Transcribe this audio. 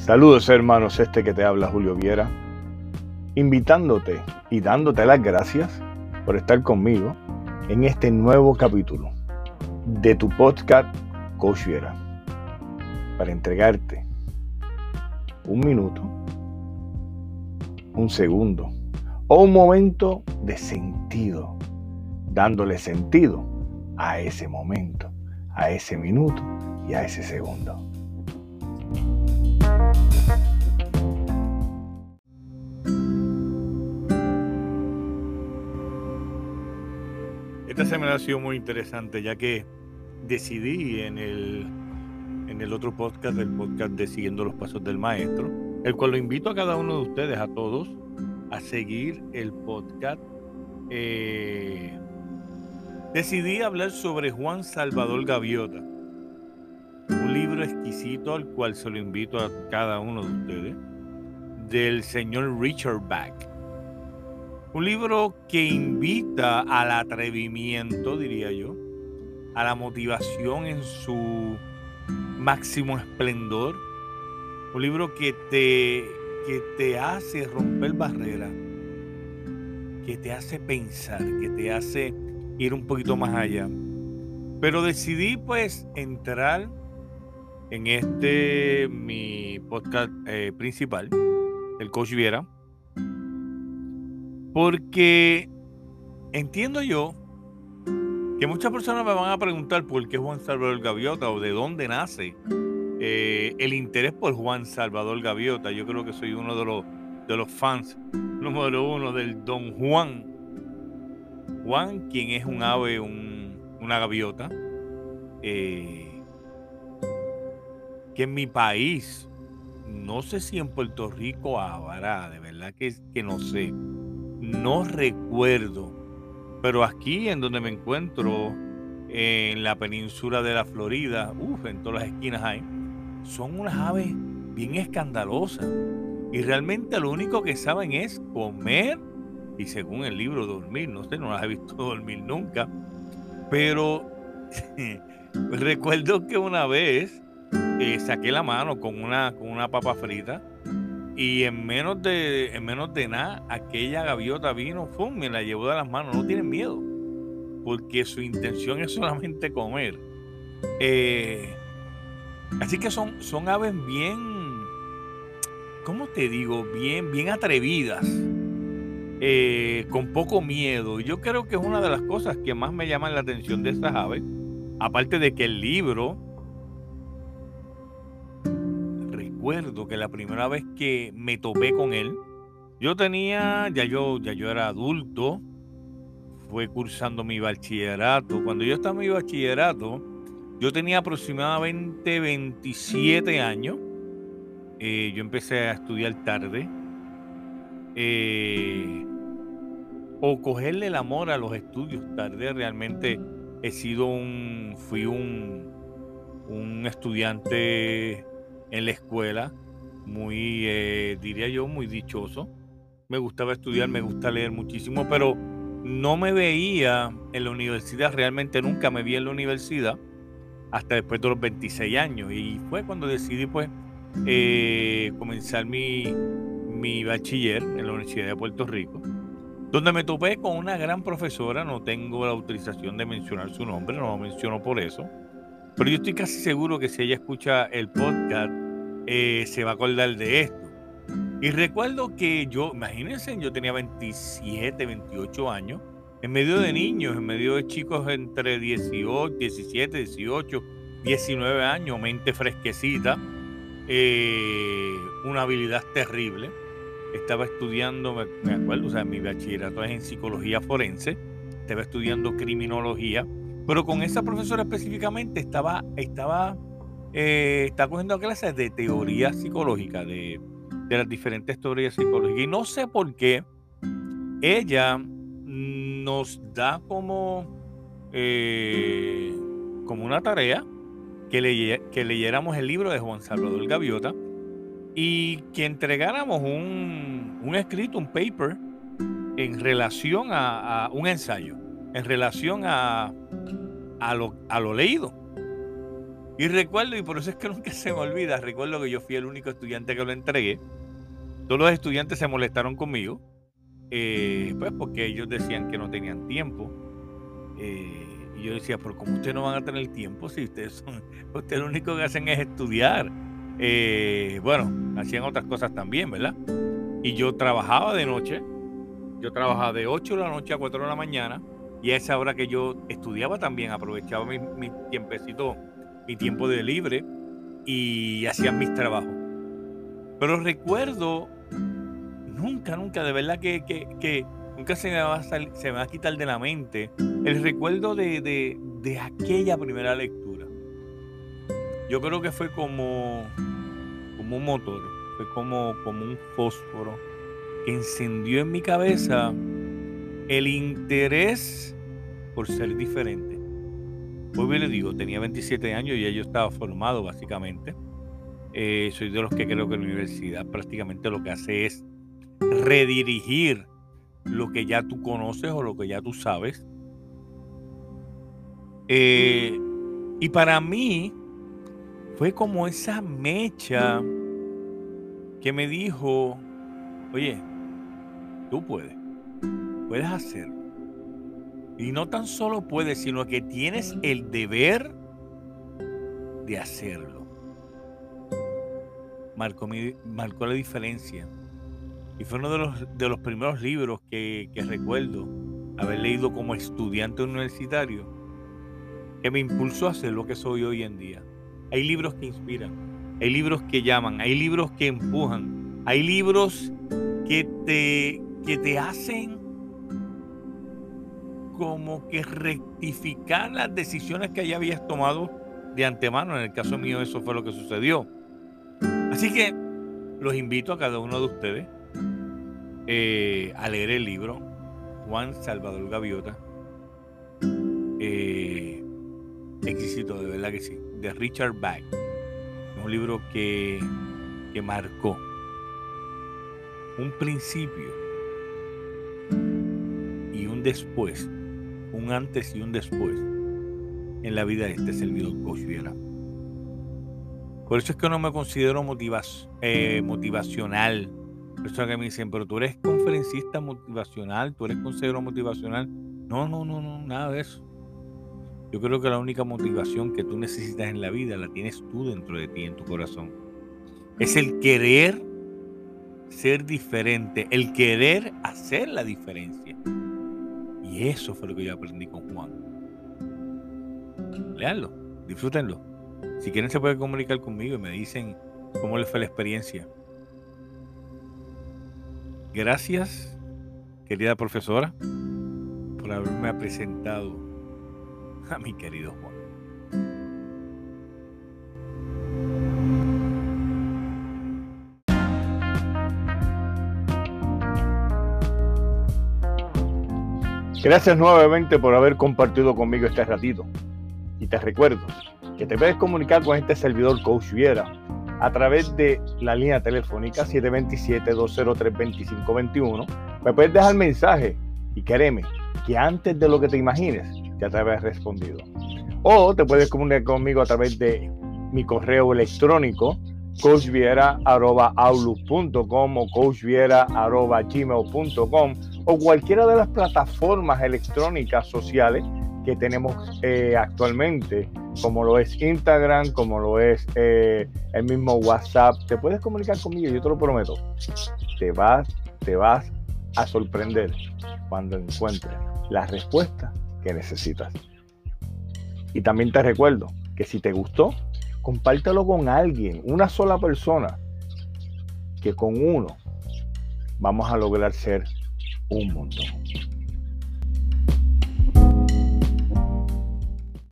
Saludos hermanos, que te habla Julio Viera, invitándote y dándote las gracias por estar conmigo en este nuevo capítulo de tu podcast Coach Viera, para entregarte un minuto, un segundo o un momento de sentido, dándole sentido a ese momento, a ese minuto y a ese segundo. Esta semana ha sido muy interesante, ya que decidí en el otro podcast, el podcast de Siguiendo los Pasos del Maestro, el cual lo invito a cada uno de ustedes, a todos, a seguir el podcast. Decidí hablar sobre Juan Salvador Gaviota, un libro exquisito al cual se lo invito a cada uno de ustedes, del señor Richard Bach. Un libro que invita al atrevimiento, diría yo, a la motivación en su máximo esplendor. Un libro que te hace romper barreras, que te hace pensar, que te hace ir un poquito más allá. Pero decidí pues entrar en mi podcast principal, el Coach Viera, porque entiendo yo que muchas personas me van a preguntar por qué Juan Salvador Gaviota o de dónde nace el interés por Juan Salvador Gaviota. Yo creo que soy uno de los fans número uno del Don Juan. Juan, quien es un ave, una gaviota, que en mi país, no sé si en Puerto Rico habrá, de verdad que no sé, no recuerdo, pero aquí en donde me encuentro, en la península de la Florida, en todas las esquinas hay, son unas aves bien escandalosas y realmente lo único que saben es comer y, según el libro, dormir. No sé, no las he visto dormir nunca, pero recuerdo que una vez saqué la mano con una papa frita y en menos de nada aquella gaviota vino, ¡fum!, me la llevó de las manos. No tienen miedo porque su intención es solamente comer. Así que son aves bien, ¿cómo te digo? Bien atrevidas, con poco miedo. Yo creo que es una de las cosas que más me llaman la atención de estas aves, aparte de que el libro, recuerdo que la primera vez que me topé con él, yo era adulto, fue cursando mi bachillerato. Cuando yo estaba en mi bachillerato, yo tenía aproximadamente 27 años. Yo empecé a estudiar tarde, o cogerle el amor a los estudios tarde. Realmente fui un estudiante en la escuela muy, diría yo, muy dichoso. Me gustaba estudiar, me gusta leer muchísimo, pero no me veía en la universidad. Realmente nunca me vi en la universidad hasta después de los 26 años, y fue cuando decidí pues comenzar mi bachiller en la Universidad de Puerto Rico, donde me topé con una gran profesora. No tengo la autorización de mencionar su nombre, no lo menciono por eso, pero yo estoy casi seguro que si ella escucha el podcast, se va a acordar de esto. Y recuerdo que imagínense, yo tenía 27, 28 años, en medio de niños, en medio de chicos entre 18, 17, 18, 19 años, mente fresquecita, una habilidad terrible. Estaba estudiando, me acuerdo, o sea, mi bachillerato es en psicología forense, estaba estudiando criminología, pero con esa profesora específicamente estaba cogiendo clases de teoría psicológica, de las diferentes teorías psicológicas. Y no sé por qué ella nos da como una tarea que leyéramos el libro de Juan Salvador Gaviota y que entregáramos un escrito, un paper, en relación a un ensayo, en relación a lo leído. Y recuerdo, y por eso es que nunca se me olvida, recuerdo que yo fui el único estudiante que lo entregué. Todos los estudiantes se molestaron conmigo, pues porque ellos decían que no tenían tiempo. Y yo decía, pero ¿cómo ustedes no van a tener tiempo si ustedes lo único que hacen es estudiar? Bueno, hacían otras cosas también, ¿verdad? Y yo trabajaba de noche, yo trabajaba de 8 de la noche a 4 de la mañana, y a esa hora que yo estudiaba también, aprovechaba mi tiempecito, mi tiempo de libre, y hacía mis trabajos. Pero recuerdo, nunca, de verdad que nunca se me va a quitar de la mente el recuerdo de aquella primera lectura. Yo creo que fue como un motor, fue como un fósforo que encendió en mi cabeza el interés por ser diferente. Pues le digo, tenía 27 años y ya yo estaba formado básicamente. Soy de los que creo que la universidad prácticamente lo que hace es redirigir lo que ya tú conoces o lo que ya tú sabes. Y para mí fue como esa mecha que me dijo, oye, tú puedes hacerlo. Y no tan solo puedes, sino que tienes el deber de hacerlo. Marcó la diferencia. Y fue uno de los primeros libros que recuerdo haber leído como estudiante universitario, que me impulsó a ser lo que soy hoy en día. Hay libros que inspiran, hay libros que llaman, hay libros que empujan, hay libros que te hacen como que rectificar las decisiones que ya habías tomado de antemano. En el caso mío eso fue lo que sucedió. Así que los invito a cada uno de ustedes a leer el libro Juan Salvador Gaviota. Exquisito, de verdad que sí, de Richard Bach. Es un libro que marcó un principio y un después, un antes y un después en la vida de este servidor Coach Viera. Por eso es que no me considero motivacional. Personas que me dicen, pero tú eres conferencista motivacional, tú eres consejero motivacional. No, nada de eso. Yo creo que la única motivación que tú necesitas en la vida la tienes tú dentro de ti, en tu corazón. Es el querer ser diferente, el querer hacer la diferencia. Y eso fue lo que yo aprendí con Juan. Leanlo, disfrútenlo. Si quieren se pueden comunicar conmigo y me dicen cómo les fue la experiencia. Gracias, querida profesora, por haberme presentado a mi querido Juan. Gracias nuevamente por haber compartido conmigo este ratito. Y te recuerdo que te puedes comunicar con este servidor Coach Viera a través de la línea telefónica 727-203-2521. Me puedes dejar mensaje y créeme que antes de lo que te imagines ya te habrás respondido. O te puedes comunicar conmigo a través de mi correo electrónico coachviera@outlook.com o coachviera@gmail.com o cualquiera de las plataformas electrónicas sociales que tenemos actualmente, como lo es Instagram, como lo es el mismo WhatsApp. Te puedes comunicar conmigo, yo te lo prometo. Te vas a sorprender cuando encuentres la respuesta que necesitas. Y también te recuerdo que si te gustó, compártelo con alguien, una sola persona, que con uno vamos a lograr ser un montón.